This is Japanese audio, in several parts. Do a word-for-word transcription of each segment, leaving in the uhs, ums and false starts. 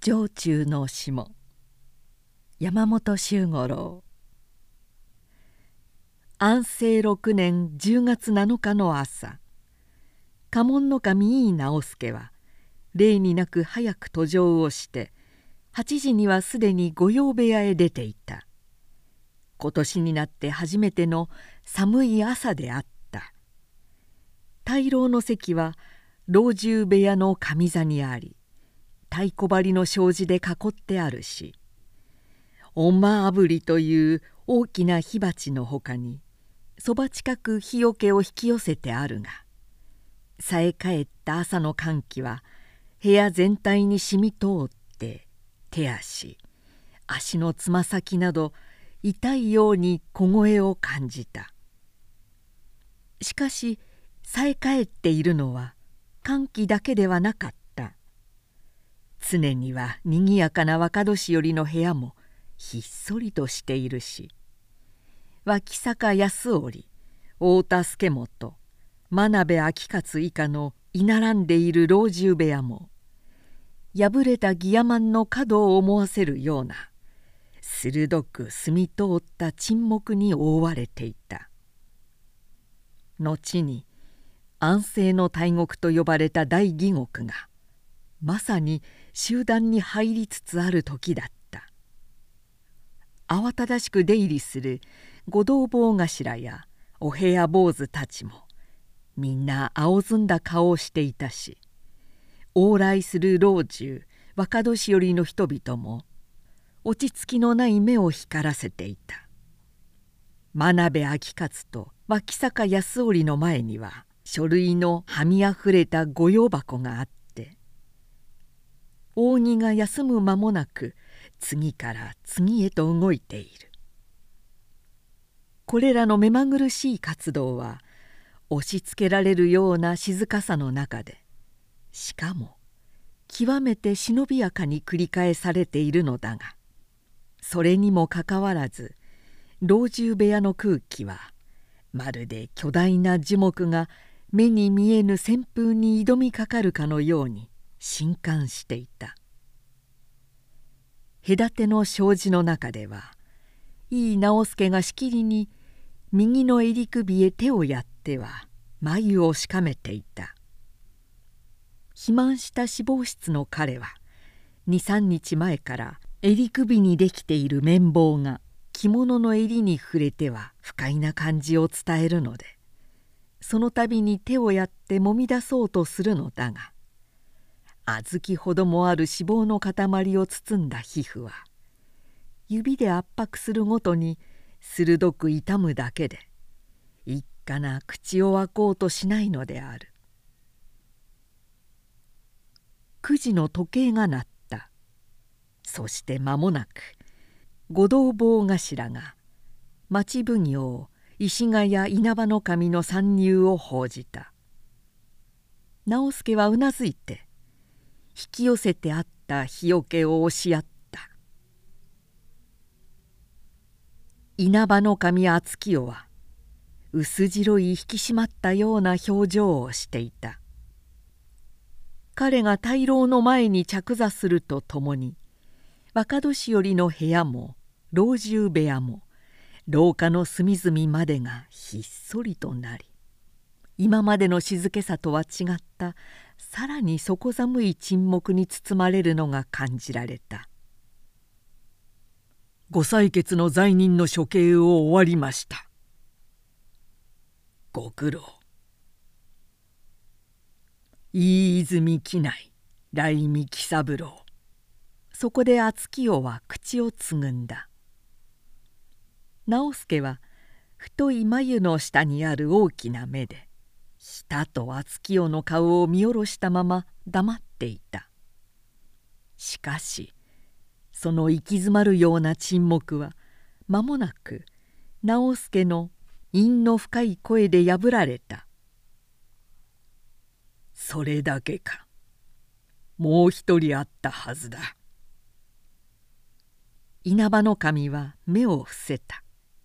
城中の下、山本周五郎。安政六年十月七日の朝、家紋の神井伊直弼は例になく早く登城をして八時にはすでに御用部屋へ出ていた。今年になって初めての寒い朝であった。大老の席は老中部屋の上座にあり、太鼓張りの障子で囲ってあるし、おまあぶりという大きな火鉢のほかにそば近く火桶を引き寄せてあるが、さえかえった朝の寒気は部屋全体に染み通って手足足のつま先など痛いように凍えを感じた。しかしさえかえっているのは寒気だけではなかった。常にはにぎやかな若年寄りの部屋もひっそりとしているし、脇坂安織、太田助本、真鍋昭勝以下の居並んでいる老中部屋も、破れたギヤマンの角を思わせるような鋭く澄み通った沈黙に覆われていた。後に安政の大獄と呼ばれた大義獄がまさに集団に入りつつある時だった。慌ただしく出入りする御同坊頭やお部屋坊主たちもみんな青ずんだ顔をしていたし、往来する老中若年寄りの人々も落ち着きのない目を光らせていた。真鍋昭勝と脇坂安織の前には書類のはみあふれた御用箱があって、扇が休む間もなく次から次へと動いている。これらの目まぐるしい活動は押しつけられるような静かさの中で、しかも極めて忍びやかに繰り返されているのだが、それにもかかわらず老中部屋の空気はまるで巨大な樹木が目に見えぬ旋風に挑みかかるかのように震撼していた。隔ての障子の中では井伊直弼がしきりに右の襟首へ手をやっては眉をしかめていた。肥満した死亡室の彼は二三日前から襟首にできている綿棒が着物の襟に触れては不快な感じを伝えるので、その度に手をやってもみ出そうとするのだが、小豆ほどもある脂肪の塊を包んだ皮膚は指で圧迫するごとに鋭く痛むだけで一かな口を開こうとしないのである。九時の時計が鳴った。そして間もなく御同坊頭が町奉行石ヶ谷稲葉守の参入を報じた。直弼はうなずいて引き寄せてあった火桶を押しやった。稲葉守敦清は薄白い引き締まったような表情をしていた。彼が大老の前に着座するとともに、若年寄りの部屋も老中部屋も廊下の隅々までがひっそりとなり、今までの静けさとは違ったさらに底寒い沈黙に包まれるのが感じられた。ご裁決の罪人の処刑を終わりました。ご苦労。飯泉畿内来見喜三郎。そこで敦清は口をつぐんだ。直弼は太い眉の下にある大きな目でひたと敦清の顔を見下ろしたまま黙っていた。しかしその行き詰まるような沈黙は間もなく直弼の陰の深い声で破られた。それだけか。もう一人あったはずだ。稲葉守は目を伏せた。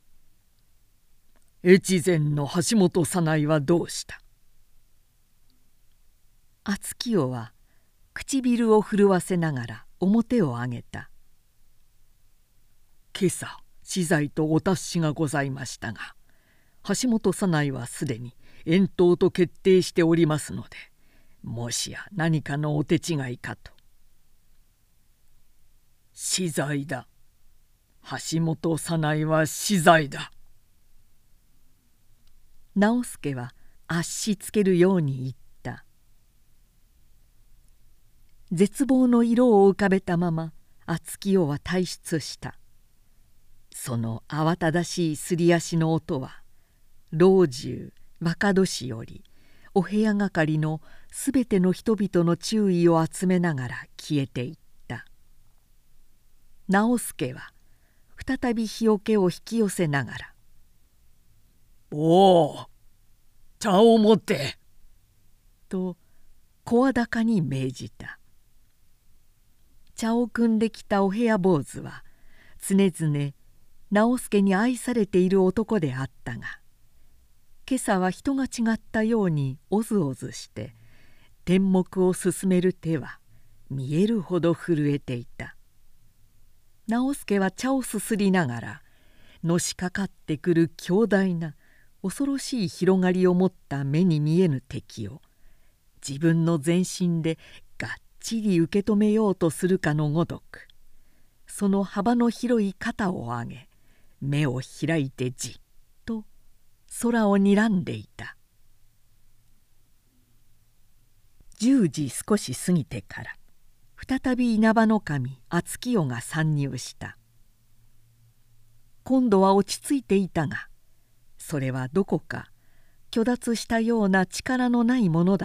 越前の橋本早苗はどうした？敦清は唇を震わせながら面を上げた。今朝死罪とお達しがございましたが、橋本早苗はすでに遠島と決定しておりますので、もしや何かのお手違いかと。死罪だ。橋本早苗は死罪だ。直弼は圧しつけるように言った。絶望の色を浮かべたまま敦清は退出した。その慌ただしいすり足の音は、老中若年よりお部屋係のすべての人々の注意を集めながら消えていった。直弼は再び日桶を引き寄せながら「おお、茶を持って」と声高に命じた。茶を汲んできたお部屋坊主は常々直弼に愛されている男であったが、今朝は人が違ったようにおずおずして天目を進める手は見えるほど震えていた。直弼は茶をすすりながら、のしかかってくる強大な恐ろしい広がりを持った目に見えぬ敵を自分の全身でがっちり受け止めようとするかのごとく、その幅の広い肩を上げ、目を開いてじっと空を睨んでいた。十時少し過ぎてから再び稲葉守敦清が参入した。今度は落ち着いていたが、それはどこか虚脱したような力のないものだった。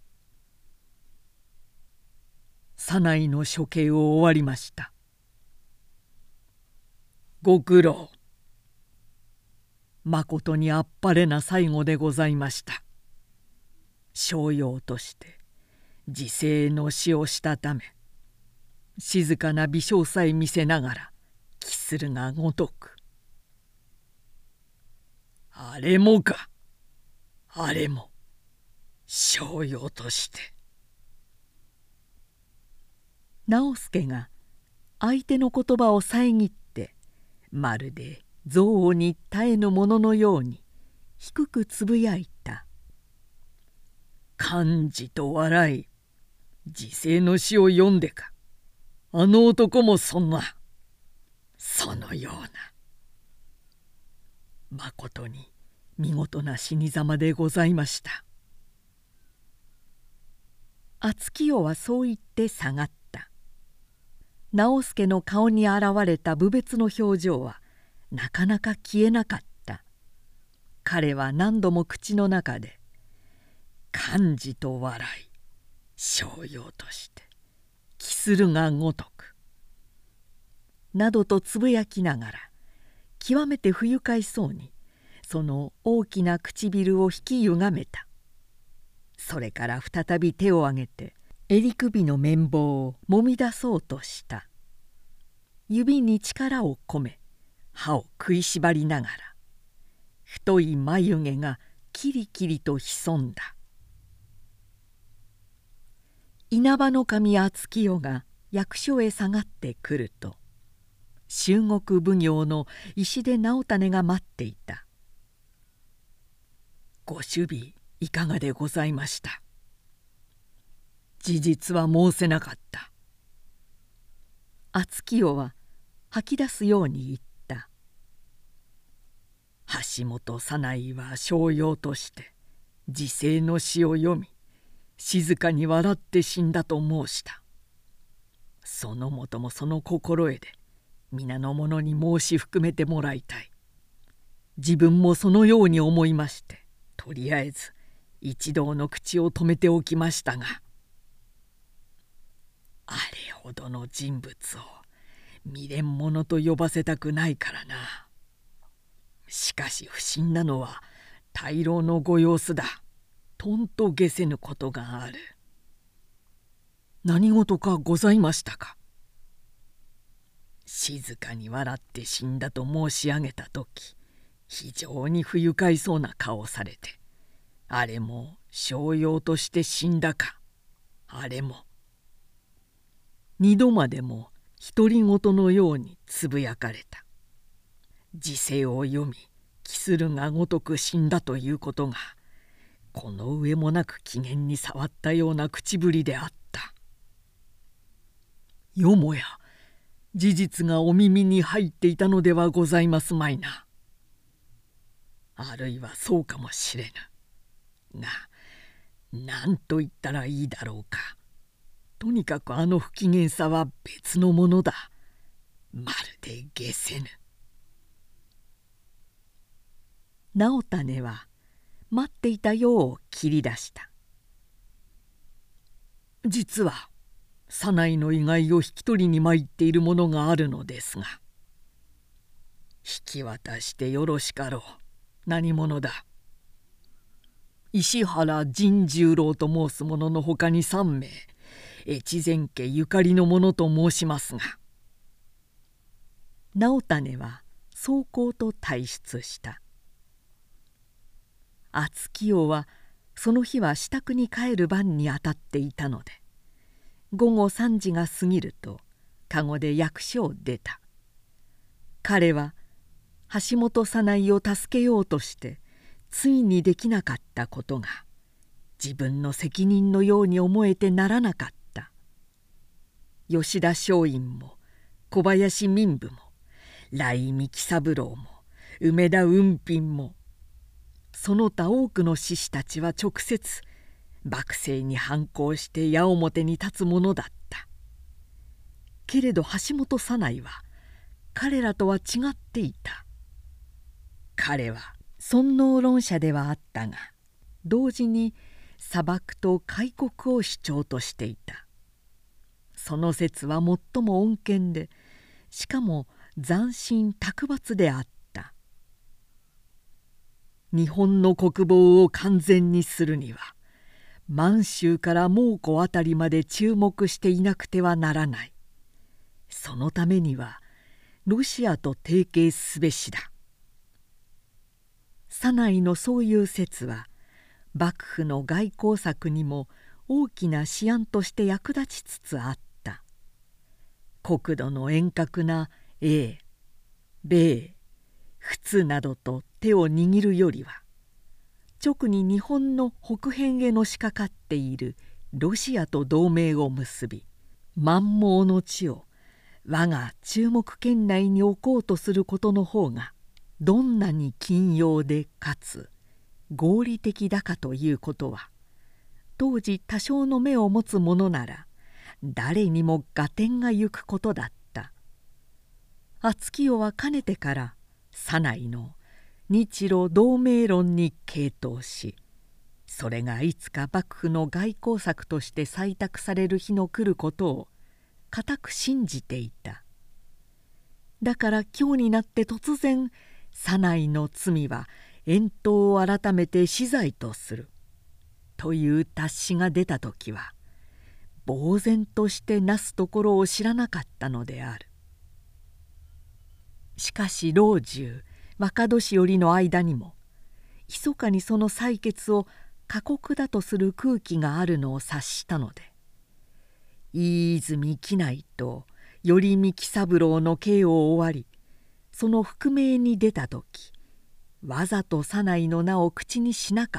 早苗の処刑を終わりました。ご苦労。まことにあっぱれな最後でございました。商用として自生の死をしたため、静かな微笑さえ見せながら帰するがごとく。あれもか、あれも商用として。直弼が相手の言葉を遮って、まるで憎悪に絶えぬもののように低くつぶやいた。幹事と笑い、自生の詩を読んでか、あの男もそんな、そのような。まことに見事な死にざまでございました。敦清はそう言って下がった。直弼の顔に現れた無別の表情はなかなか消えなかった。彼は何度も口の中で「幹事と笑い、商用として帰するがごとく」などとつぶやきながら、極めて不愉快そうにその大きな唇を引きゆがめた。それから再び手を挙げて襟首の綿棒をもみ出そうとした。指に力を込め歯を食いしばりながら、太い眉毛がキリキリと潜んだ。稲葉守敦清が役所へ下がってくると、中国奉行の石出直胤が待っていた。ご首尾いかがでございました。事実は申せなかった。敦清は吐き出すように言った。橋本早苗は商用として自生の詩を読み、静かに笑って死んだと申した。そのもともその心得で皆の者に申し含めてもらいたい。自分もそのように思いまして、とりあえず一同の口を止めておきましたが、あれほどの人物を未練者と呼ばせたくないからな。しかし不審なのは大老のご様子だ。とんと解せぬことがある。何事かございましたか。静かに笑って死んだと申し上げた時、非常に不愉快そうな顔をされて、あれも商用として死んだか、あれも。 二度までも独り言のようにつぶやかれた。時世を読み帰するがごとく死んだということがこの上もなく機嫌に触ったような口ぶりであった。よもや事実がお耳に入っていたのではございますまいな。あるいはそうかもしれぬが、何と言ったらいいだろうか。とにかくあの不機嫌さは別のものだ。まるで解せぬ。直種は待っていたよう切り出した。実は左内の遺骸を引き取りに参っているものがあるのですが。引き渡してよろしかろう。何者だ。石原甚十郎と申す者のほかに三名、越前家ゆかりの者と申しますが。直種は壮行と退出した。敦清はその日は支度に帰る番にあたっていたので、午後三時が過ぎると籠で役所を出た。彼は橋本早苗を助けようとしてついにできなかったことが自分の責任のように思えてならなかった。吉田松陰も小林民部も来美喜三郎も梅田雲賓もその他多くの志士たちは直接幕政に反抗して矢面に立つものだった。けれど橋本早苗は彼らとは違っていた。彼は尊王論者ではあったが、同時に砂漠と開国を主張としていた。その説は最も穏健で、しかも斬新卓抜であった。日本の国防を完全にするには満州から蒙古あたりまで注目していなくてはならない。そのためにはロシアと提携すべしだ。左内のそういう説は幕府の外交策にも大きな思案として役立ちつつあった。国土の遠隔な英米仏などと手を握るよりは、直に日本の北辺へのしかかっているロシアと同盟を結び、満蒙の地を我が注目圏内に置こうとすることの方がどんなに緊要でかつ合理的だかということは、当時多少の目を持つ者なら誰にも合点がゆくことだった。敦清はかねてから左内の日露同盟論に傾倒し、それがいつか幕府の外交策として採択される日の来ることを固く信じていた。だから今日になって突然左内の罪は遠島を改めて死罪とするという達しが出た時は呆然としてなすところを知らなかったのである。しかし老中若年寄りの間にも密かにその採決を過酷だとする空気があるのを察したので、飯泉畿内と頼美喜三郎の刑を終わり、その覆命に出た時わざと左内の名を口にしなかった。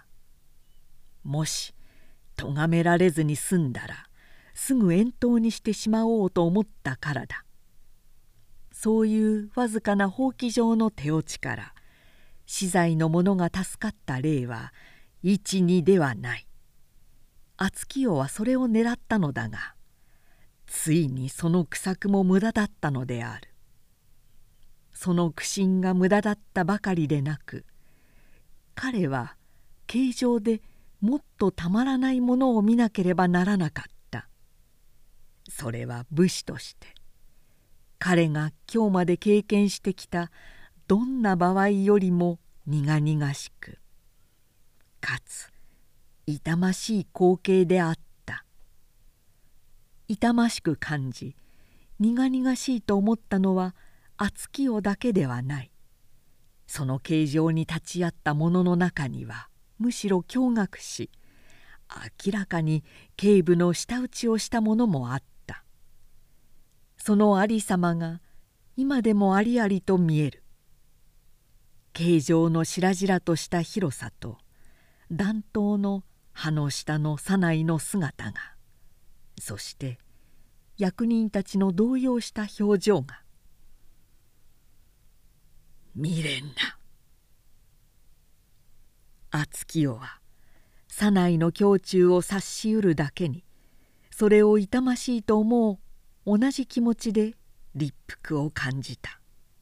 もし咎められずに済んだらすぐ遠島にしてしまおうと思ったからだ。そういうわずかな法規上の手落ちから死罪の者が助かった例は一二ではない。敦清はそれを狙ったのだが、ついにその苦策も無駄だったのである。その苦心が無駄だったばかりでなく、彼は形状でもっとたまらないものを見なければならなかった。それは武士として彼が今日まで経験してきたどんな場合よりも苦々しくかつ痛ましい光景であった。痛ましく感じ苦々しいと思ったのは敦清だけではない。その形状に立ち会った者の中にはむしろ驚愕し、明らかに警部の舌打ちをした者もあった。 そのありさまが今でもありありと見える。形状の白々とした広さと弾頭の葉の下の左内の姿が、そして役人たちの動揺した表情が。未練な。敦清は左内の胸中を察しうるだけに、それを痛ましいと思う同じ気持ちで立腹を感じた。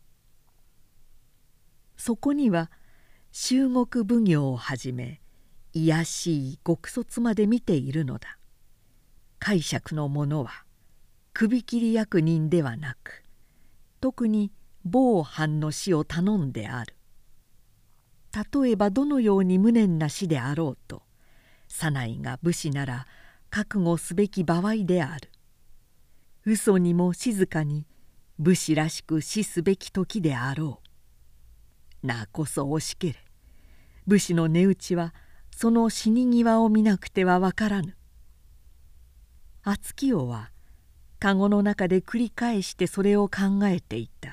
そこには中国奉行をはじめ卑しい極卒まで見ているのだ。解釈の者は首切り役人ではなく、特に某藩の死を頼んである。例えばどのように無念な死であろうと、左内が武士なら覚悟すべき場合である。嘘にも静かに武士らしく死すべき時であろう。なこそ惜しけれ、武士の値打ちはその死に際を見なくてはわからぬ。敦清は籠の中で繰り返してそれを考えていた。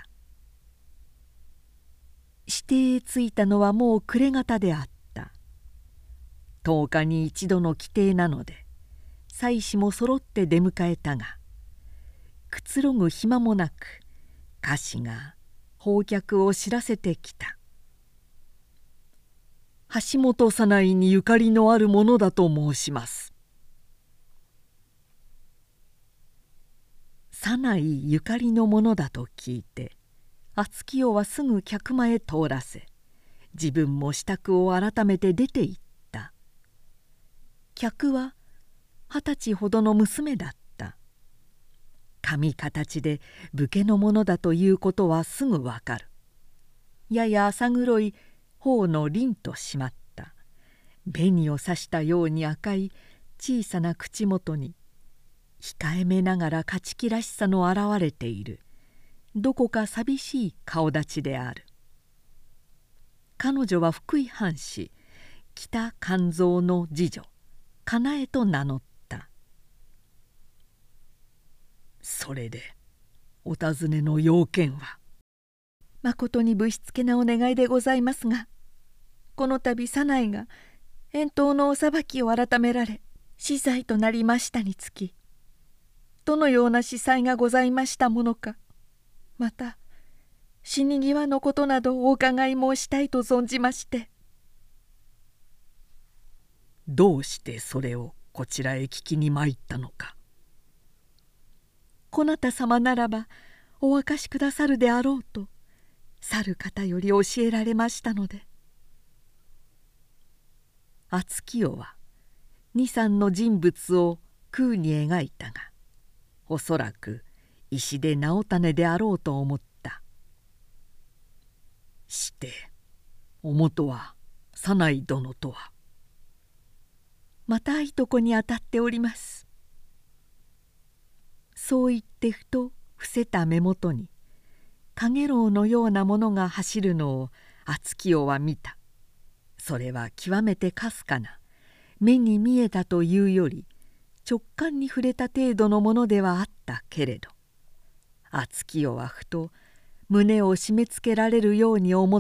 指定へ着いたのはもう暮れ方であった。十日に一度の規定なので妻子もそろって出迎えたが、くつろぐ暇もなく家臣が訪客を知らせてきた。橋本左内にゆかりのあるものだと申します。左内ゆかりのものだと聞いて、敦清はすぐ客間へ通らせ、自分も支度を改めて出て行った。客は二十歳ほどの娘だった。髪形で武家のものだということはすぐわかる。やや浅黒い頬の凛としまった紅を刺したように赤い小さな口元に、控えめながら勝ち気らしさの現れているどこか寂しい顔立ちである。彼女は福井藩士北勘蔵の次女かなえと名乗った。それでお尋ねの要件は。まことにぶしつけなお願いでございますが、この度左内が遠島のお裁きを改められ死罪となりましたにつき、どのような司祭がございましたものか、また死に際のことなどお伺い申したいと存じまして。どうしてそれをこちらへ聞きに参ったのか。こなた様ならばお明かしくださるであろうと去る方より教えられましたので。敦清は二三の人物を空に描いたが、おそらく石で直種であろうと思った。しておもとは左内殿とは。またいとこに当たっております。そう言ってふと伏せた目元にかげろうのようなものが走るのを敦清は見た。それは極めてかすかな目に見えたというより直感に触れた程度のものではあったけれど、敦清はふと胸を締め付けられるように思った。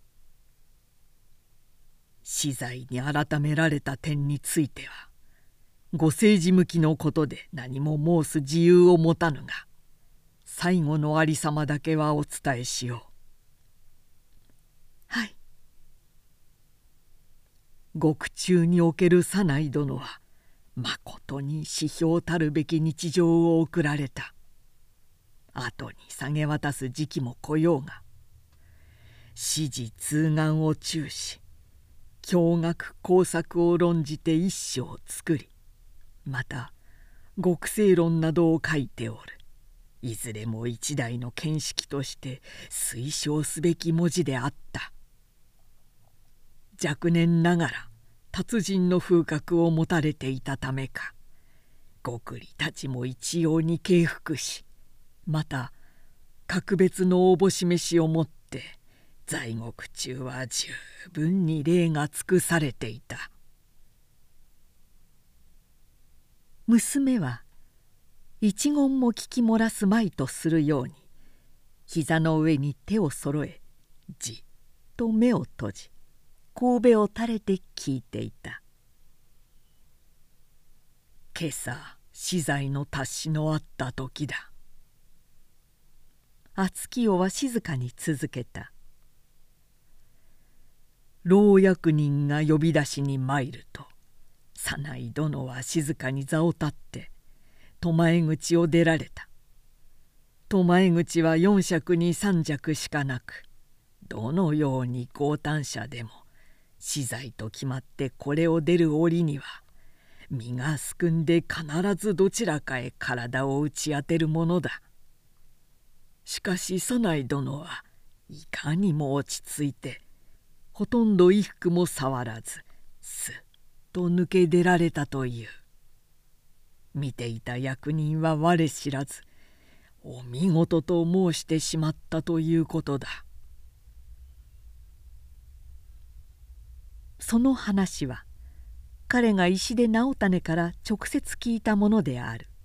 死罪に改められた点についてはご政治向きのことで何も申す自由を持たぬが、最後のありさまだけはお伝えしよう。はい。獄中における左内殿はまことに指標たるべき日常を送られた。後に下げ渡す時期も来ようが、史事通願を中し驚愕工作を論じて一生作り、また極正論などを書いておる。いずれも一代の見識として推奨すべき文字であった。若年ながら達人の風格を持たれていたためか、極利たちも一様に敬服し、また格別のおぼし飯をもって在獄中は十分に礼が尽くされていた。 一言も聞き漏らすまいとするように膝の上に手をそろえじっと目を閉じ神戸を垂れて聞いていた。今朝死罪の達しのあった時だ。敦清は静かに続けた。老役人が呼び出しに参ると左内殿は静かに座を立って苫前口を出られた。苫前口は四尺に三尺しかなく、どのように強胆者でも死罪と決まってこれを出る折には身がすくんで必ずどちらかへ体を打ち当てるものだ。しかし左内殿はいかにも落ち着いてほとんど衣服も触らずすっと抜け出られたという。見ていた役人は我知らずお見事と申してしまったということだ。その話は彼が石出直胤から直接聞いたものである。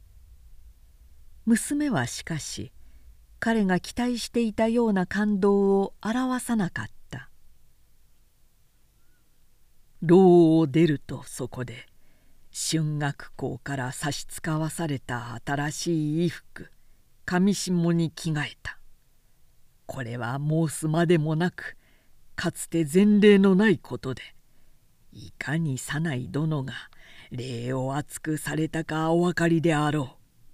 娘はしかし彼が期待していたような感動を表さなかった。牢を出るとそこで春岳校から差し使わされた新しい衣服上下に着替えた。これは申すまでもなくかつて前例のないことで、いかに左内殿が礼を厚くされたかお分かりであろう。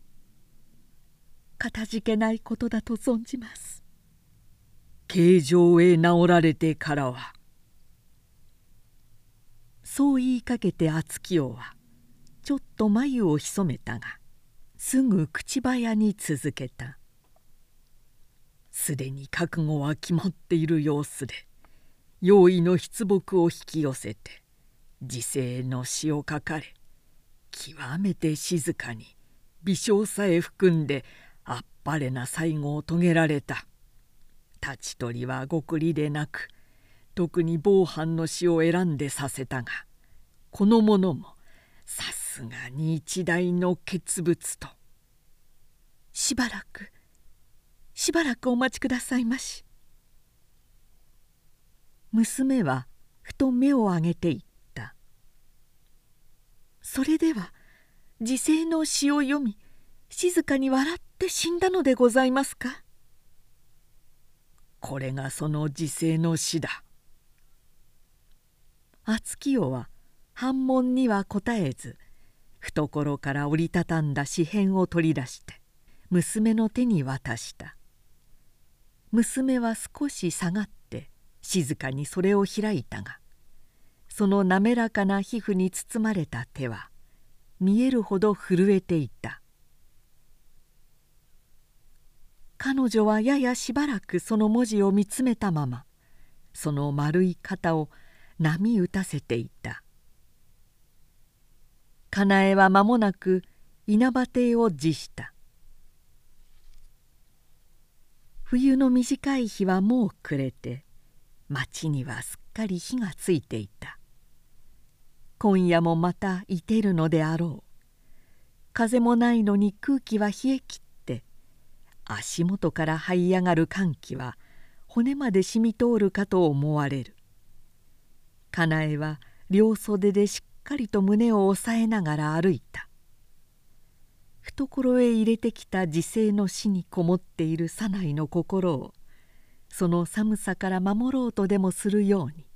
かたじけないことだと存じます。形状へ治られてからは。そう言いかけて敦清はちょっと眉を潜めたがすぐ口早に続けた。すでに覚悟は決まっている様子で用意の筆木を引き寄せて時世の詩を書かれ、極めて静かに微笑さえ含んであっぱれな最後を遂げられた。立ち取りは極利でなく、特に坊藩の詩を選んでさせたが、この者もさすがに一大の傑物と。しばらくしばらくお待ちくださいまし。娘はふと目を上げていった。それでは時世の詩を読み静かに笑って死んだのでございますか。これがその時世の詩だ。敦清は反問には答えず、懐から折りたたんだ紙片を取り出して娘の手に渡した。娘は少し下がって静かにそれを開いたが、その滑らかな皮膚に包まれた手は見えるほど震えていた。彼女はややしばらくその文字を見つめたまま、その丸い肩を波打たせていた。かなえは間もなく稲葉亭を辞した。冬の短い日はもう暮れて、町にはすっかり火がついていた。今夜もまたいてるのであろう。風もないのに空気は冷えきって、足元から這い上がる寒気は骨まで染み通るかと思われる。かなえは両袖でしっかりと胸を押さえながら歩いた。懐へ入れてきた時世の死にこもっている左内の心をその寒さから守ろうとでもするように、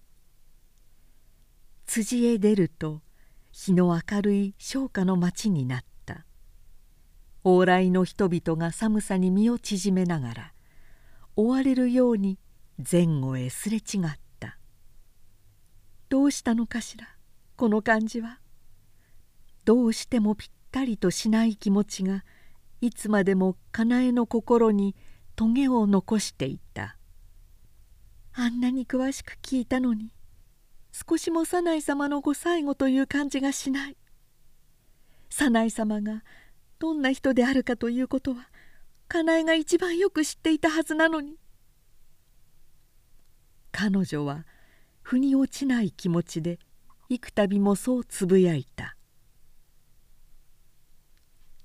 辻へ出ると日の明るい商家の町になった。往来の人々が寒さに身を縮めながら追われるように前後へすれ違った。どうしたのかしら、この感じは。どうしてもぴったりとしない気持ちがいつまでもかなえの心にトゲを残していた。あんなに詳しく聞いたのに少しも左内様のご最後という感じがしない。左内様がどんな人であるかということはかなえが一番よく知っていたはずなのに。彼女は腑に落ちない気持ちで幾度もそうつぶやいた。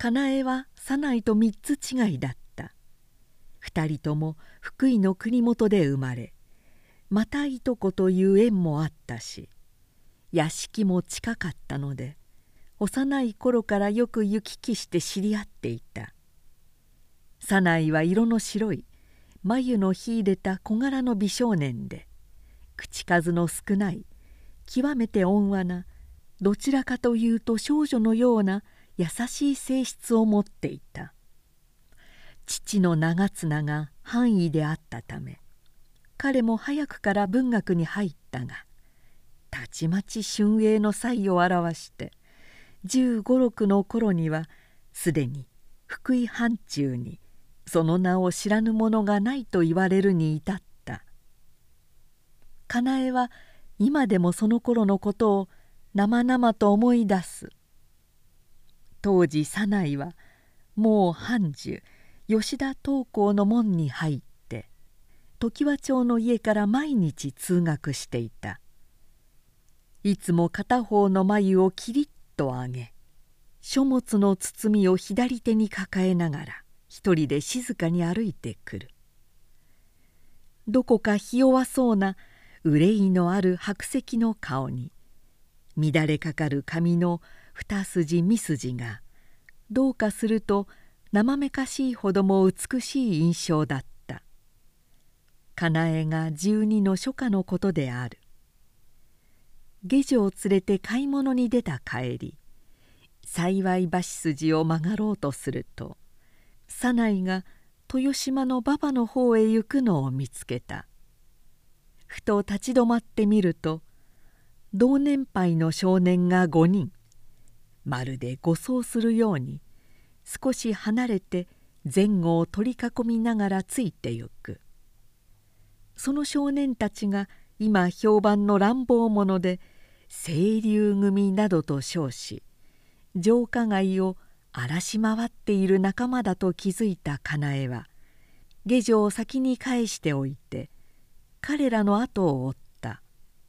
かなえは早苗と三つ違いだった。二人とも福井の国元で生まれ、またいとこという縁もあったし、屋敷も近かったので、幼い頃からよく行き来して知り合っていた。早苗は色の白い眉の秀でた小柄の美少年で、口数の少ない極めて温和な、どちらかというと少女のような優しい性質を持っていた。父の長綱が藩医であったため、彼も早くから文学に入ったが、たちまち春英の才を表してじゅうご、ろくの頃にはすでに福井藩中にその名を知らぬ者がないと言われるに至った。かなえは今でもその頃のことを生々と思い出す。当時早苗はもう藩主吉田東光の門に入って常盤町の家から毎日通学していた。いつも片方の眉をキリッと上げ、書物の包みを左手に抱えながら一人で静かに歩いてくる。どこかひ弱そうな憂いのある白石の顔に、乱れかかる髪の二筋三筋がどうかすると生めかしいほども美しい印象だった。かなえが十二の初夏のことである。下女を連れて買い物に出た帰り、幸い橋筋を曲がろうとすると、早苗が豊島の馬場の方へ行くのを見つけた。ふと立ち止まってみると、同年配の少年が五人、まるで護送するように少し離れて前後を取り囲みながらついてゆく。その少年たちが今評判の乱暴者で清流組などと称し、城下街を荒らし回っている仲間だと気づいたかなえは、下女を先に返しておいて彼らの後を追った。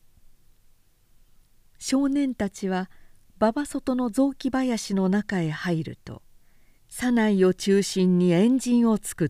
少年たちは馬場外の雑木林の中へ入ると、早苗を中心に円陣を作った。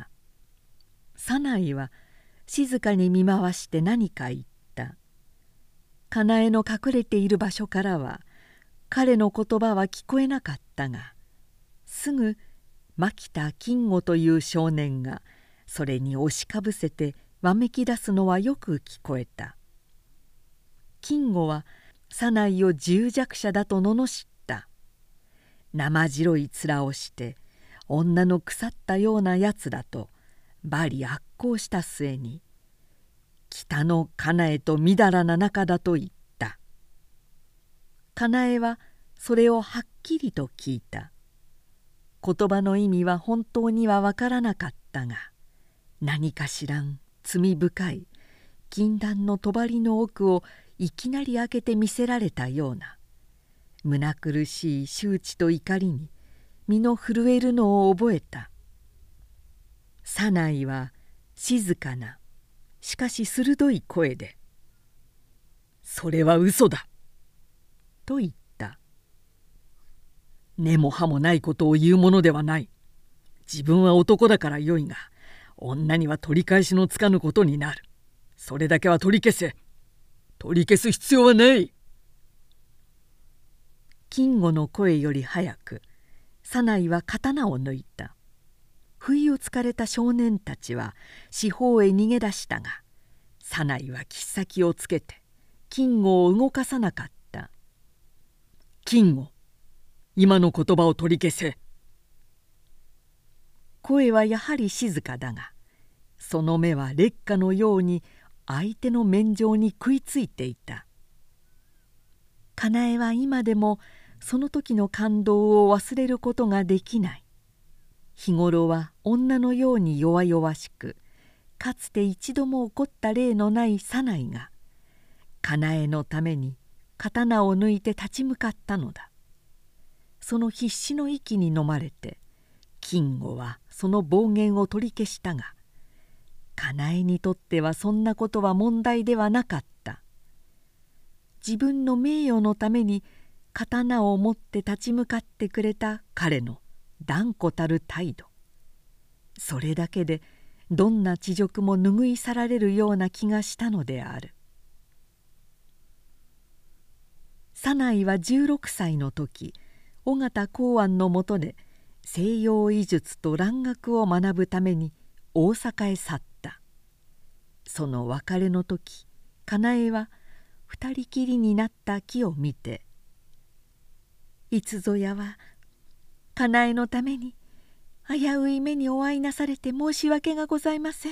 早苗は静かに見回して何か言った。かなえの隠れている場所からは彼の言葉は聞こえなかったが、すぐ牧田金吾という少年がそれに押しかぶせてわめき出すのはよく聞こえた。金吾は早苗を重弱者だと罵った。生白い面をして女の腐ったようなやつだと罵詈悪行した末に、北のかなえとみだらな仲だと言った。かなえはそれをはっきりと聞いた。言葉の意味は本当にはわからなかったが、何か知らん罪深い禁断の帳の奥をいきなり開けて見せられたような胸苦しい羞恥と怒りに身の震えるのを覚えた。早苗は静かなしかし鋭い声で「それは嘘だ」と言った。根も葉もないことを言うものではない。自分は男だからよいが、女には取り返しのつかぬことになる。それだけは取り消せ。取り消す必要はない。金吾の声より早く早苗は刀を抜いた。不意をつかれた少年たちは四方へ逃げ出したが、早苗は切っ先をつけて金吾を動かさなかった。金吾、今の言葉を取り消せ。声はやはり静かだが、その目は烈火のように相手の面上に食いついていた。かなえは今でもその時の感動を忘れることができない。日頃は女のように弱々しく、かつて一度も起こった例のない早苗がかなえのために刀を抜いて立ち向かったのだ。その必死の息に飲まれて金吾はその暴言を取り消したが、かなえにとってはそんなことは問題ではなかった。自分の名誉のために刀を持って立ち向かってくれた彼の断固たる態度、それだけでどんな恥辱も拭い去られるような気がしたのである。左内はじゅうろくさいの時、緒方公安のもとで西洋医術と蘭学を学ぶために大阪へ去った。その別れの時、かなえは二人きりになった木を見て「いつぞやはかなえのために危うい目にお遭いなされて申し訳がございません。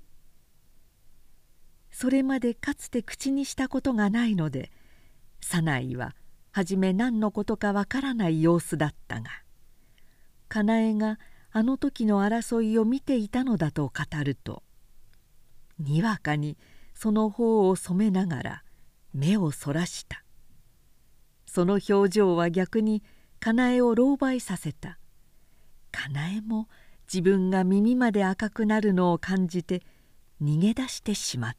それまでかつて口にしたことがないので、左内ははじめ何のことかわからない様子だったが、かなえがあの時の争いを見ていたのだと語ると、にわかにその方を染めながら目をそらした。その表情は逆にかなえを狼狽させた。かなえも自分が耳まで赤くなるのを感じて逃げ出してしまった。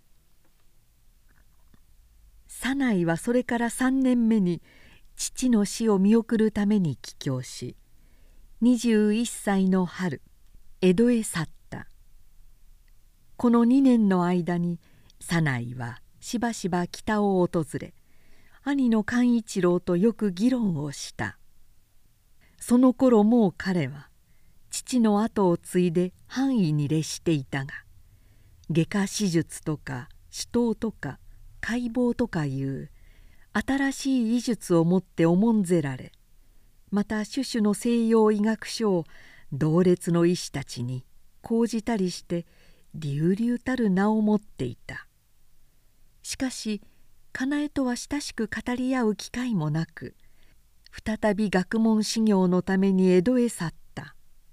左内はそれからさんねんめに父の死を見送るために帰郷し、にじゅういっさいの春江戸へ去った。このにねんの間に左内はしばしば北を訪れ、兄の寛一郎とよく議論をした。その頃もう彼は父の後を継いで藩医に列していたが、外科手術とか手刀とか解剖とかいう新しい医術をもって重んぜられ、また種々の西洋医学書を同列の医師たちに講じたりして隆々たる名を持っていた。しかしかなえとは親しく語り合う機会もなく、再び学問修行のために江戸へ去った。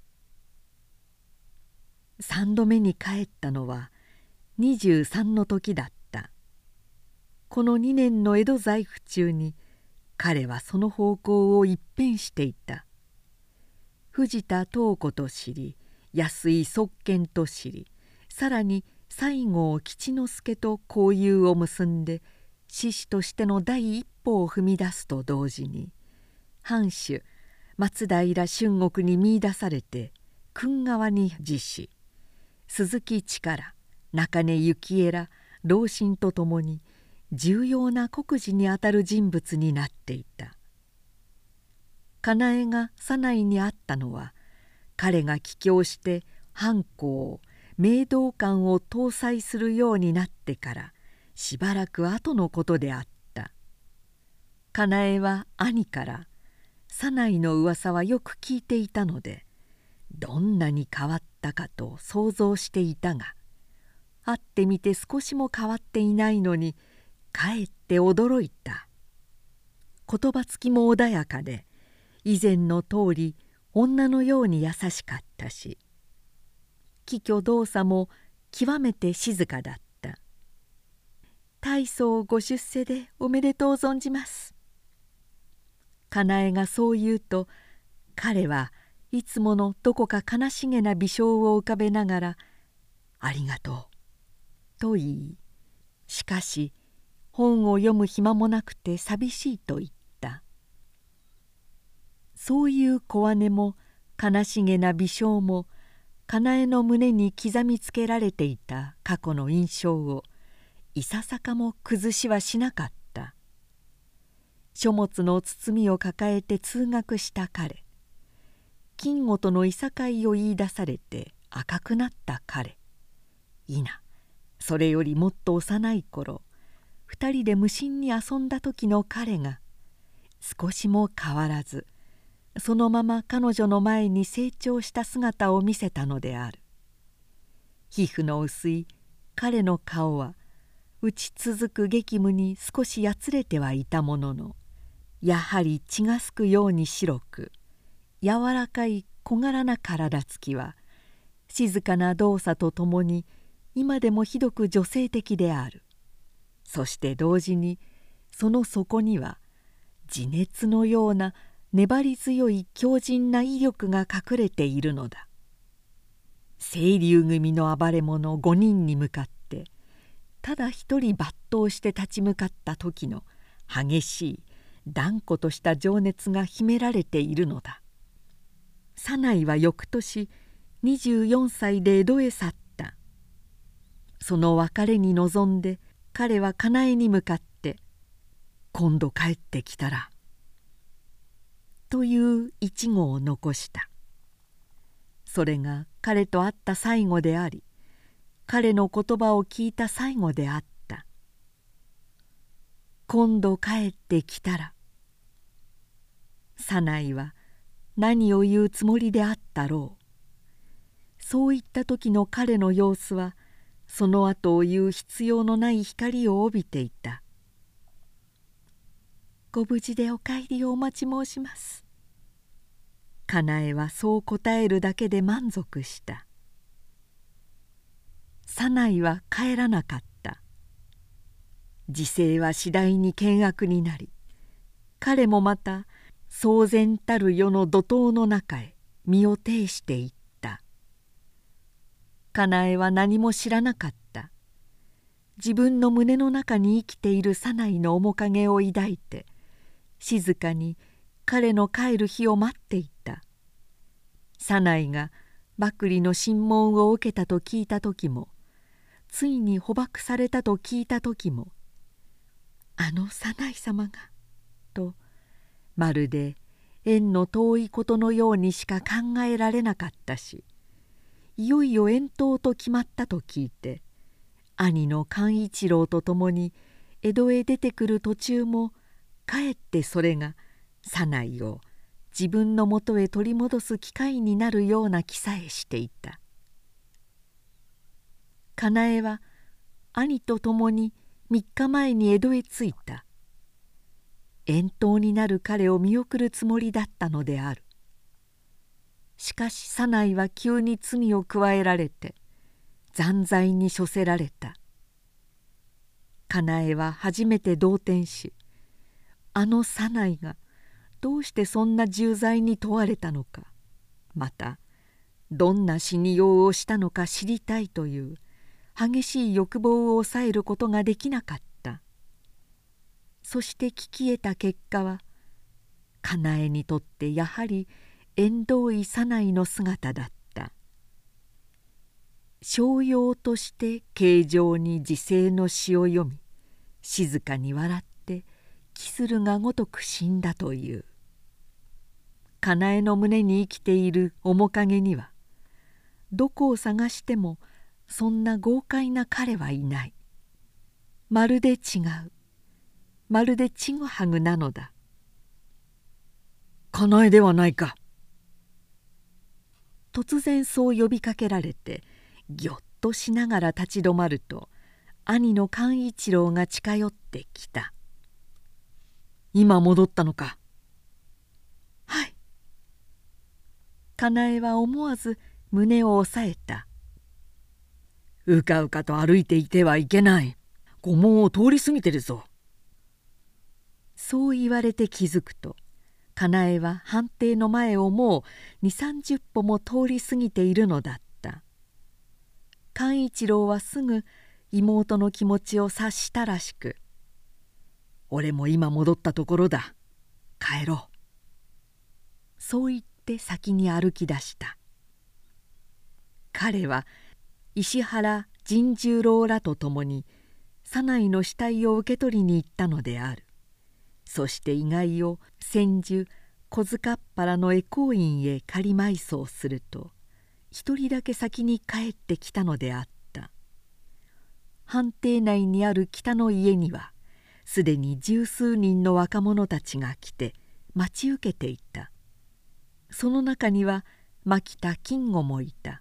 三度目に帰ったのはにじゅうさんの時だった。このにねんの江戸在府中に彼はその方向を一変していた。藤田東子と知り、安井側見と知り、さらに西郷吉之助と交友を結んで志士としての第一歩を踏み出すと同時に、藩主松平春国に見出されて訓側に自し、鈴木力、中根幸恵ら老臣とともに重要な国事にあたる人物になっていた。かなえが左内に会ったのは、彼が帰郷して藩校明道館を搭載するようになってからしばらく後のことであった。かなえは兄から左内の噂はよく聞いていたので、どんなに変わったかと想像していたが、会ってみて少しも変わっていないのにかえって驚いた。言葉つきも穏やかで、以前の通り女のように優しかったし、帰居動作も極めて静かだった。大層ご出世でおめでとう存じます。かなえがそう言うと、彼はいつものどこか悲しげな微笑を浮かべながら「ありがとう」と言い、しかし本を読む暇もなくて寂しいと言った。そういう小姉も悲しげな微笑も、かなえの胸に刻みつけられていた過去の印象をいささかも崩しはしなかった。書物の包みを抱えて通学した彼、金吾とのいさかいを言い出されて赤くなった彼、いなそれよりもっと幼い頃、二人で無心に遊んだ時の彼が少しも変わらずそのまま彼女の前に成長した姿を見せたのである。皮膚の薄い彼の顔は打ち続く激務に少しやつれてはいたものの、やはり血がすくように白く、柔らかい小柄な体つきは静かな動作とともに今でもひどく女性的である。そして同時にその底には地熱のような粘り強い強靭な威力が隠れているのだ。清流組の暴れ者ごにんに向かってただ一人抜刀して立ち向かった時の激しい断固とした情熱が秘められているのだ。 左内は翌年にじゅうよんさいで江戸へ去った。その別れに臨んで彼はかなえに向かって「今度帰ってきたら」という一語を残した。それが彼と会った最後であり、彼の言葉を聞いた最後であった。今度帰ってきたら。左内は何を言うつもりであったろう。そういった時の彼の様子はその後を言う必要のない光を帯びていた。ご無事でお帰りをお待ち申します。かなえはそう答えるだけで満足した。左内は帰らなかった。時勢は次第に険悪になり、彼もまた騒然たる世の怒涛の中へ身を呈していった。かなえは何も知らなかった。自分の胸の中に生きている左内の面影を抱いて静かに彼の帰る日を待っていた。左内が幕吏の審問を受けたと聞いた時も、ついに捕獲されたと聞いた時も、あの左内様がとまるで縁の遠いことのようにしか考えられなかったし、いよいよ遠島と決まったと聞いて、兄の寛一郎と共に江戸へ出てくる途中もかえってそれが左内を自分のもとへ取り戻す機会になるような気さえしていた。かなえは兄と共にみっかまえに江戸へ着いた。遠島になる彼を見送るつもりだったのである。しかし左内は急に罪を加えられて残罪に処せられた。かなえは初めて動転し、あの左内がどうしてそんな重罪に問われたのか、またどんな死にようをしたのか知りたいという激しい欲望を抑えることができなかった。そして聞き得た結果は、かなえにとってやはり縁遠い左内の姿だった。商用として形状に時世の詩を読み、静かに笑ってキスルがごとく死んだという。かなえの胸に生きている面影には、どこを探してもそんな豪快な彼はいない。まるで違う。まるでちぐはぐなのだ。 かなえではないか。 突然そう呼びかけられてぎょっとしながら立ち止まると、兄の寛一郎が近寄ってきた。 今戻ったのか。 はい。かなえは思わず胸を押さえた。 うかうかと歩いていてはいけない。御門を通り過ぎてるぞ。 そう言われて気づくと、かなえは藩邸の前をもう二三十歩も通り過ぎているのだった。寛一郎はすぐ妹の気持ちを察したらしく、 俺も今戻ったところだ。帰ろう。 そう言って先に歩き出した。彼は石原甚十郎らと共に左内の死体を受け取りに行ったのである。そして遺骸を千住小塚っ原の回向院へ仮埋葬すると、一人だけ先に帰ってきたのであった。藩邸内にある北の家にはすでに十数人の若者たちが来て待ち受けていた。その中には牧田金吾もいた。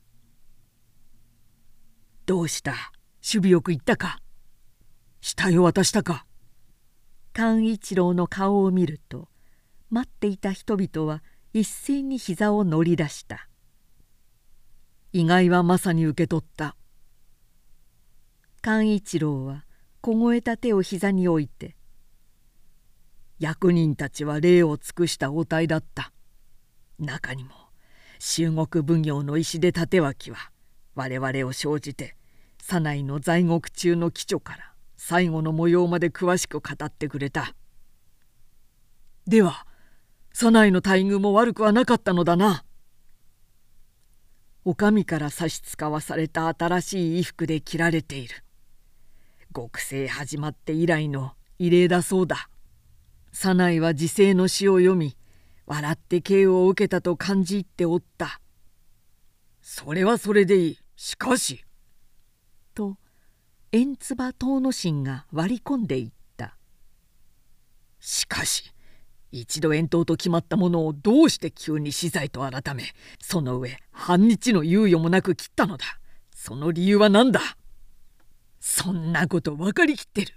どうした？首尾よく行ったか？死体を渡したか？ 寛一郎の顔を見ると、待っていた人々は一斉に膝を乗り出した。 遺骸はまさに受け取った。 寛一郎は凍えた手を膝に置いて、 役人たちは礼を尽くした応対だった。中にも中国奉行の石出立脇は我々を承じて左内の在獄中の帰勅から最後の模様まで詳しく語ってくれた。では左内の待遇も悪くはなかったのだな。 お上から差し使わされた新しい衣服で着られている。極政始まって以来の異例だそうだ。早苗は時世の詩を読み、笑って刑を受けたと感じ入っておった。それはそれでいい。しかし。 と円唾遠野神が割り込んでいった。 しかし一度遠島と決まったものをどうして急に死罪と改め、その上半日の猶予もなく切ったのだ。その理由は何だ。そんなこと分かりきってる。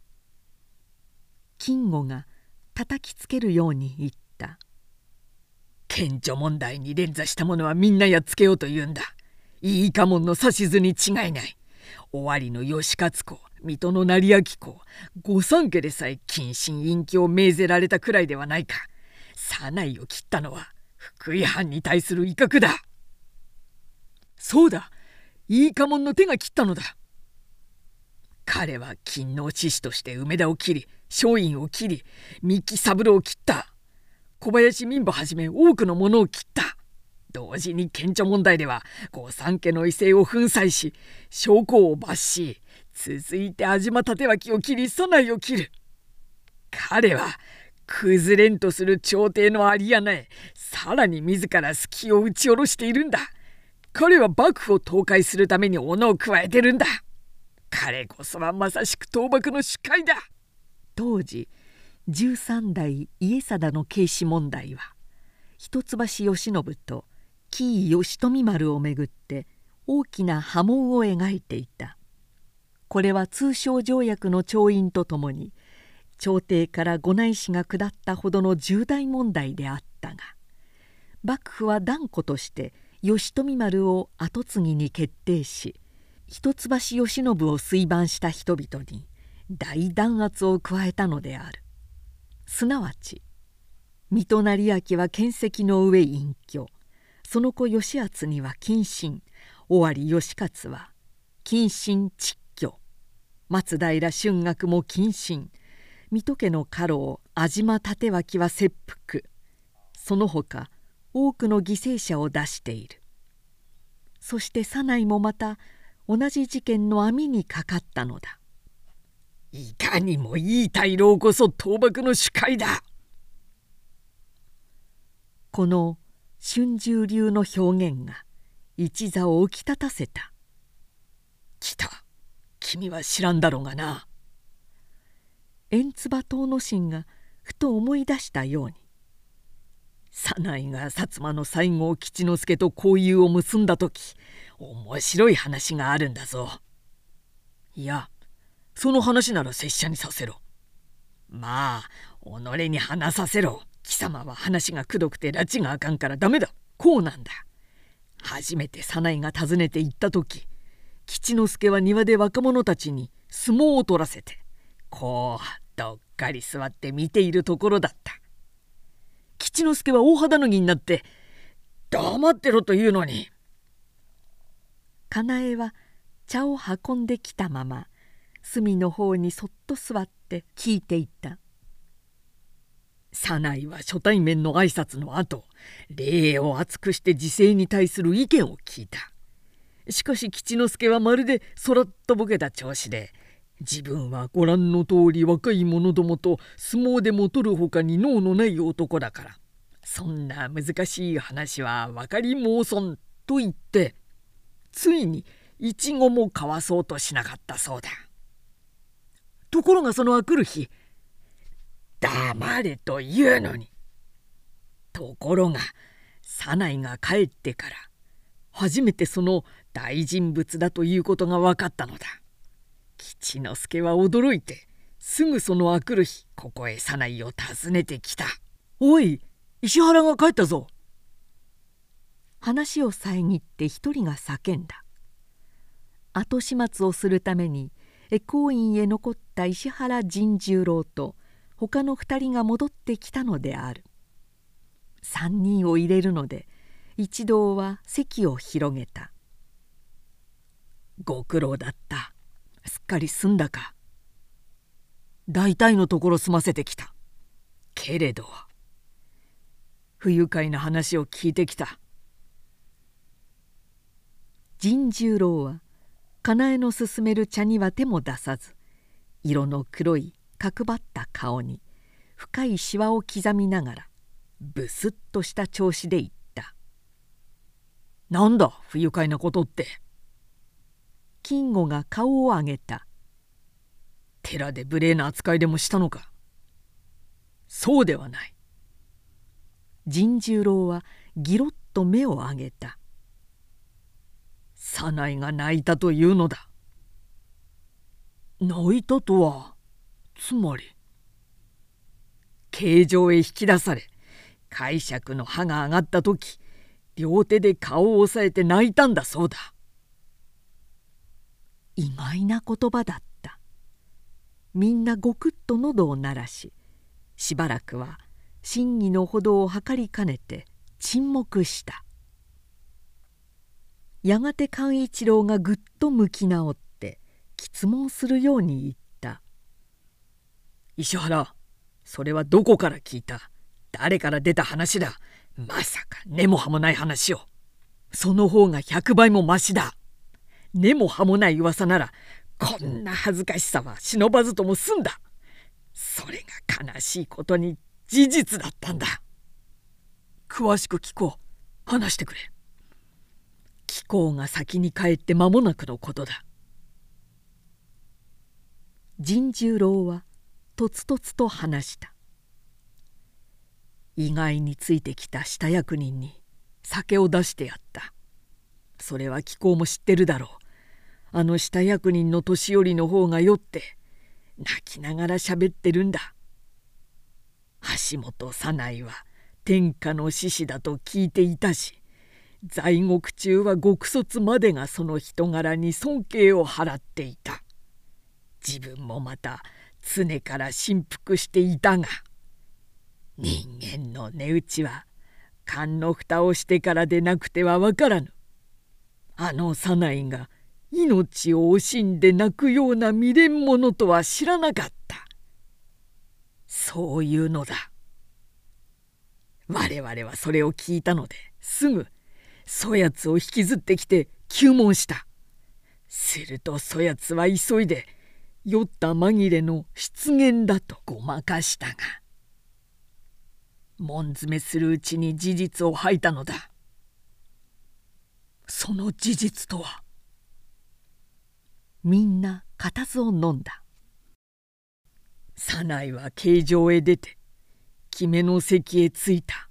金吾が叩きつけるように言った。 顕著問題に連座した者はみんなやっつけようと言うんだ。いい家紋の指図に違いない。尾張の吉勝公、水戸の成明公、御三家でさえ謹慎隠居を命ぜられたくらいではないか。早苗を切ったのは福井藩に対する威嚇だ。そうだ、いい家紋の手が切ったのだ。彼は勤王志士として梅田を切り、松陰を切り、三木三郎を切った。小林民母はじめ多くの者を切った。同時に顕著問題では御三家の威勢を粉砕し、将校を罰し、続いて安島立脇を切り早苗を切る。彼は崩れんとする朝廷のありやなえ、さらに自ら隙を打ち下ろしているんだ。彼は幕府を倒壊するために斧を加えてるんだ。彼こそはまさしく倒幕の主宰だ。 当時十三代家定の軽視問題は一橋慶喜と紀伊義富丸をめぐって大きな波紋を描いていた。これは通商条約の調印とともに朝廷から御内使が下ったほどの重大問題であったが、幕府は断固として義富丸を跡継ぎに決定し、一橋慶喜を推翻した人々に大弾圧を加えたのである。すなわち水戸成明は見識の上隠居、その子義敦には謹慎、尾張義勝は謹慎蟄居、松平春岳も謹慎、水戸家の家老安島立脇は切腹、その他多くの犠牲者を出している。そして早苗もまた同じ事件の網にかかったのだ。 いかにもいい大老こそ倒幕の主宰だ。 この春秋流の表現が一座を浮き立たせた。 来た、君は知らんだろうがな。 円唾遠野神がふと思い出したように、 早苗が薩摩の西郷吉之助と交友を結んだ時、面白い話があるんだぞ。いや、その話なら拙者にさせろ。まあ己に話させろ。貴様は話がくどくて拉致があかんからダメだ。こうなんだ。初めて早苗が訪ねて行った時、吉之助は庭で若者たちに相撲を取らせて、こうどっかり座って見ているところだった。吉之助は大肌脱ぎになって「黙ってろ」というのに、 かなえは茶を運んできたまま隅の方にそっと座って聞いていた。 早苗は初対面の挨拶の後、礼を厚くして時勢に対する意見を聞いた。しかし吉之助はまるでそらっとぼけた調子で、自分はご覧の通り若い者どもと相撲でも取るほかに能のない男だから、そんな難しい話は分かり申そんと言って、ついに一語も交わそうとしなかったそうだ。ところがそのあくる日、黙れというのに。ところが早苗が帰ってから初めてその大人物だということが分かったのだ。吉之助は驚いてすぐそのあくる日、ここへ早苗を訪ねてきた。おい、石原が帰ったぞ。 話を遮って一人が叫んだ。後始末をするために光院へ残った石原甚十郎と他の二人が戻ってきたのである。三人を入れるので一同は席を広げた。 ご苦労だった。すっかり済んだか。大体のところ済ませてきた。けれど不愉快な話を聞いてきた。 甚十郎はかなえの勧める茶には手も出さず、色の黒い角張った顔に深いしわを刻みながらブスッとした調子で言った 「なんだ不愉快なことって。」 金吾が顔を上げた。 「寺で無礼な扱いでもしたのか。」そうではない。 甚十郎はギロッと目を上げた。 早苗が泣いたというのだ。泣いたとはつまり。刑場へ引き出され介錯の歯が上がった時、両手で顔を押さえて泣いたんだそうだ。 意外な言葉だった。みんなごくっと喉を鳴らし、しばらくは真偽のほどを測りかねて沈黙した。やがて寛一郎がぐっと向き直って詰問するように言った。 石原、それはどこから聞いた、誰から出た話だ。まさか根も葉もない話を。その方が百倍もましだ。根も葉もない噂ならこんな恥ずかしさは忍ばずとも済んだ。それが悲しいことに事実だったんだ。詳しく聞こう。話してくれ。貴公が先に帰って間もなくのことだ。 甚十郎はとつとつと話した。 意外についてきた下役人に酒を出してやった。それは貴公も知ってるだろう。あの下役人の年寄りの方が酔って泣きながらしゃべってるんだ。橋本早苗は天下の志士だと聞いていたし、在獄中は獄卒までがその人柄に尊敬を払っていた。自分もまた常から心服していたが、人間の値打ちは缶の蓋をしてからでなくてはわからぬ。あの早苗が命を惜しんで泣くような未練者とは知らなかった。そういうのだ。我々はそれを聞いたのですぐそやつを引きずってきて糾問した。するとそやつは急いで酔った紛れの失言だとごまかしたが、門詰めするうちに事実を吐いたのだ。その事実とは。 みんな固唾を飲んだ。 早苗は刑場へ出て決めの席へ着いた。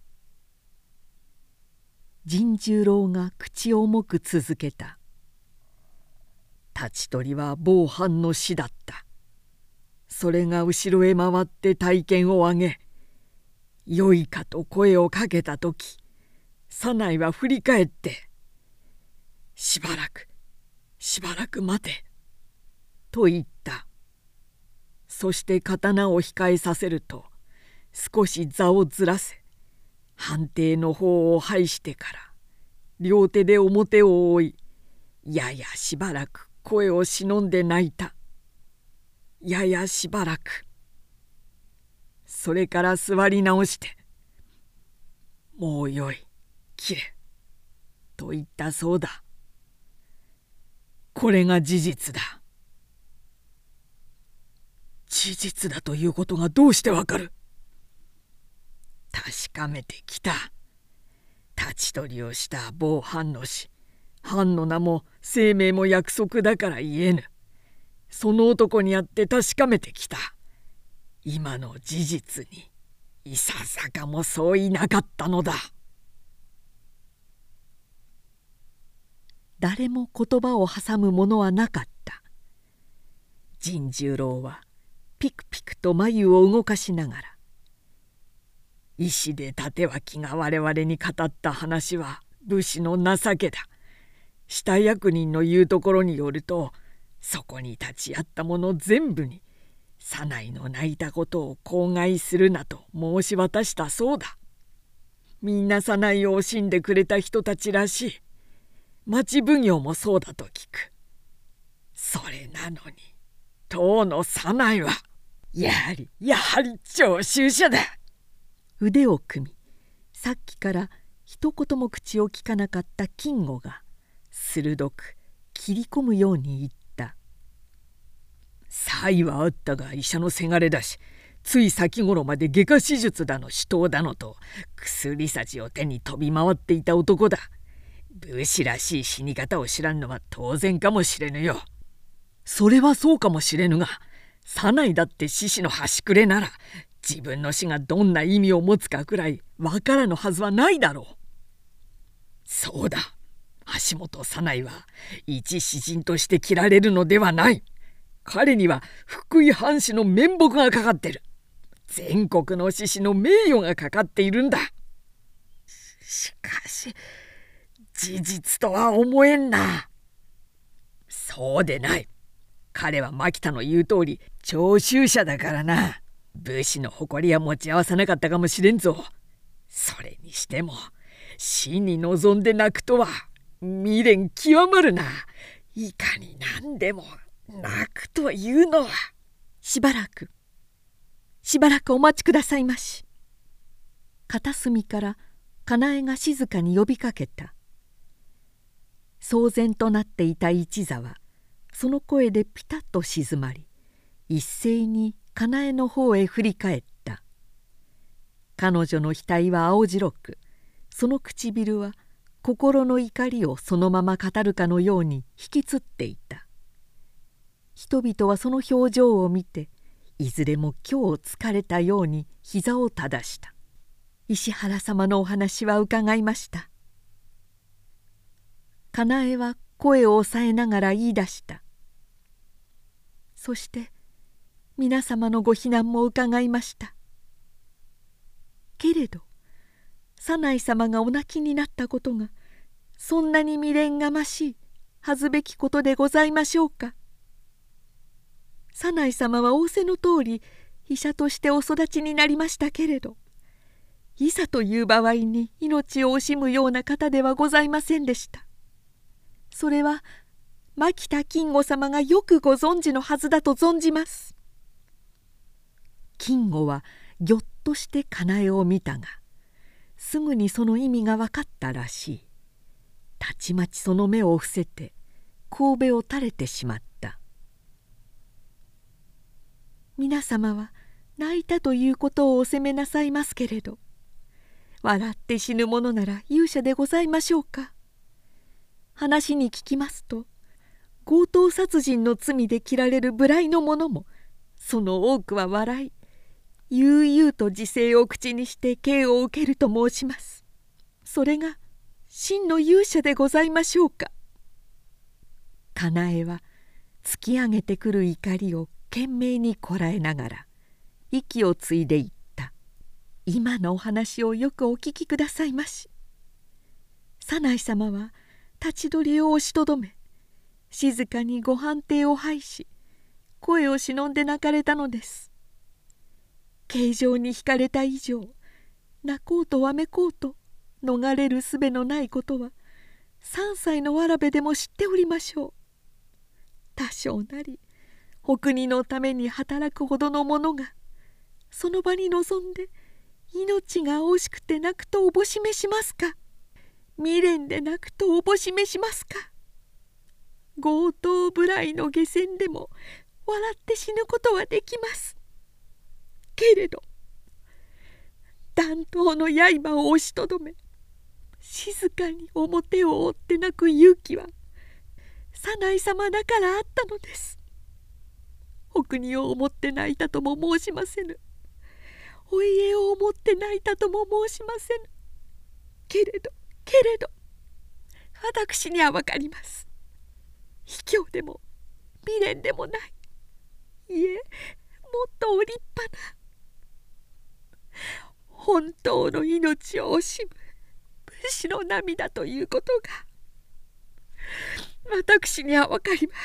甚十郎が口を重く続けた。 立ち取りは某藩の死だった。それが後ろへ回って大剣を上げ、よいかと声をかけた時、早苗は振り返って「しばらくしばらく待て」と言った。そして刀を控えさせると少し座をずらせ、藩邸の方を拝してから両手で表を覆い、ややしばらく声を忍んで泣いた。ややしばらく。それから座り直して「もうよい、切れ」と言ったそうだ。これが事実だ。事実だということがどうしてわかる？確かめてきた。立ち取りをした某藩の死、藩の名も生命も約束だから言えぬ。その男にあって確かめてきた。今の事実にいささかもそういなかったのだ。 誰も言葉を挟むものはなかった。 甚十郎はピクピクと眉を動かしながら、医師で立脇が我々に語った話は武士の情けだ。下役人の言うところによると、そこに立ち会った者全部に早苗の泣いたことを口外するなと申し渡したそうだ。みんな早苗を惜しんでくれた人たちらしい。町奉行もそうだと聞く。それなのに当の早苗はやはりやはり長州者だ。 腕を組み、さっきから一言も口をきかなかった金吾が鋭く切り込むように言った。 才はあったが医者のせがれだし、つい先頃まで外科手術だの死闘だのと薬さじを手に飛び回っていた男だ。武士らしい死に方を知らんのは当然かもしれぬよ。それはそうかもしれぬが、左内だって獅子の端くれなら自分の死がどんな意味を持つかくらいわからぬはずはないだろう。そうだ、橋本左内は一詩人として切られるのではない。彼には福井藩士の面目がかかってる。全国の志士の名誉がかかっているんだ。しかし事実とは思えんな。そうでない。彼は牧田の言う通り長州者だからな。武士の誇りは持ち合わさなかったかもしれんぞ。それにしても死に望んで泣くとは未練極まるな。いかに何でも泣くというのは。 しばらくしばらくお待ちくださいまし。片隅からかなえが静かに呼びかけた。騒然となっていた一座はその声でピタッと静まり、一斉にかなえの方へ振り返った。彼女の額は青白く、その唇は心の怒りをそのまま語るかのように引きつっていた。人々はその表情を見て、いずれも今日疲れたように膝を正した。石原様のお話は伺いました。かなえは声を抑えながら言い出した。そして皆様のご避難も伺いました。けれど左内様がお泣きになったことがそんなに未練がましい恥ずべきことでございましょうか。左内様は仰せの通り医者としてお育ちになりましたけれど、いざという場合に命を惜しむような方ではございませんでした。それは牧田金吾様がよくご存知のはずだと存じます。金吾はぎょっとしてかなえを見たが、すぐにその意味が分かったらしい。たちまちその目を伏せて神戸を垂れてしまった。皆様は泣いたということをお責めなさいますけれど、笑って死ぬものなら勇者でございましょうか。話に聞きますと、強盗殺人の罪で切られる無頼の者もその多くは笑い、悠々と自制を口にして刑を受けると申します。それが真の勇者でございましょうか。かなえは突き上げてくる怒りを懸命にこらえながら息をついで言った。今のお話をよくお聞きくださいまし。左内様は立ち取りを押しとどめ、静かにご藩邸を拝し、声を忍んで泣かれたのです。形状に惹かれた以上、泣こうとわめこうと逃れる術のないことは三歳のわらべでも知っておりましょう。多少なりお国のために働くほどの者がその場に臨んで命が惜しくて泣くとおぼしめしますか。未練で泣くとおぼしめしますか。強盗無頼の下船でも笑って死ぬことはできます。けれど弾頭の刃を押しとどめ、静かに表を追って泣く勇気は左内様だからあったのです。お国を思って泣いたとも申しませぬ。お家を思って泣いたとも申しませぬ。けれどけれど私には分かります。卑怯でも未練でもない、いえもっとお立派な本当の命を惜しむ武士の涙ということが私には分かります。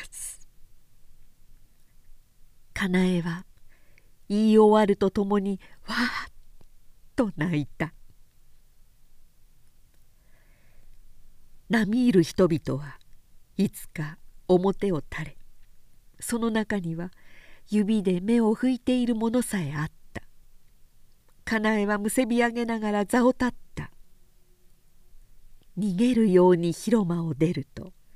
かなえは言い終わるとともにわーっと泣いた。並みいる人々はいつか表を垂れ、その中には指で目を拭いているものさえあった。かなえはむせび上げながら座を立った。逃げるように広間を出ると、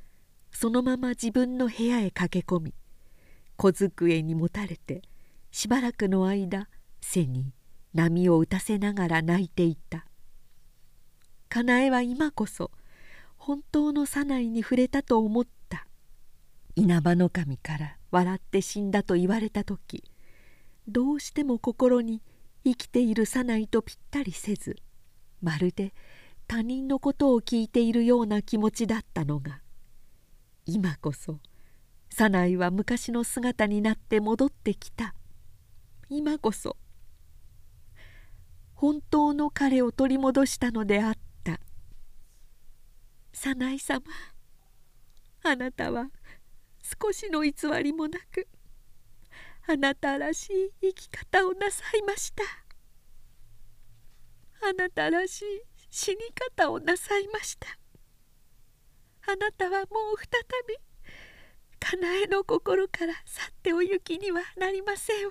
そのまま自分の部屋へ駆け込み、小机にもたれてしばらくの間背に波を打たせながら泣いていた。かなえは今こそ本当の左内に触れたと思った。稲葉の神から笑って死んだと言われた時、どうしても心に生きている左内とぴったりせず、まるで他人のことを聞いているような気持ちだったのが、今こそ左内は昔の姿になって戻ってきた。今こそ本当の彼を取り戻したのであった。左内様、あなたは少しの偽りもなくあなたらしい生き方をなさいました。あなたらしい死に方をなさいました。あなたはもう再びかなえの心から去ってお行きにはなりませんわ。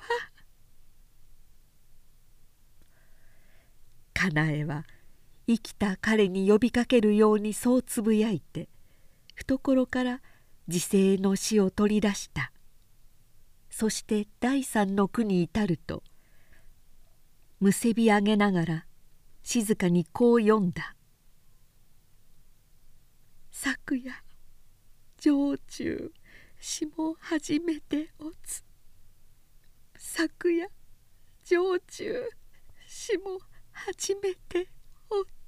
かなえは生きた彼に呼びかけるようにそうつぶやいて、懐から辞世の詩を取り出した。そして第三の句に至ると、むせび上げながら静かにこう読んだ。昨夜城中詩も初めておつ。昨夜城中詩も初めておつ。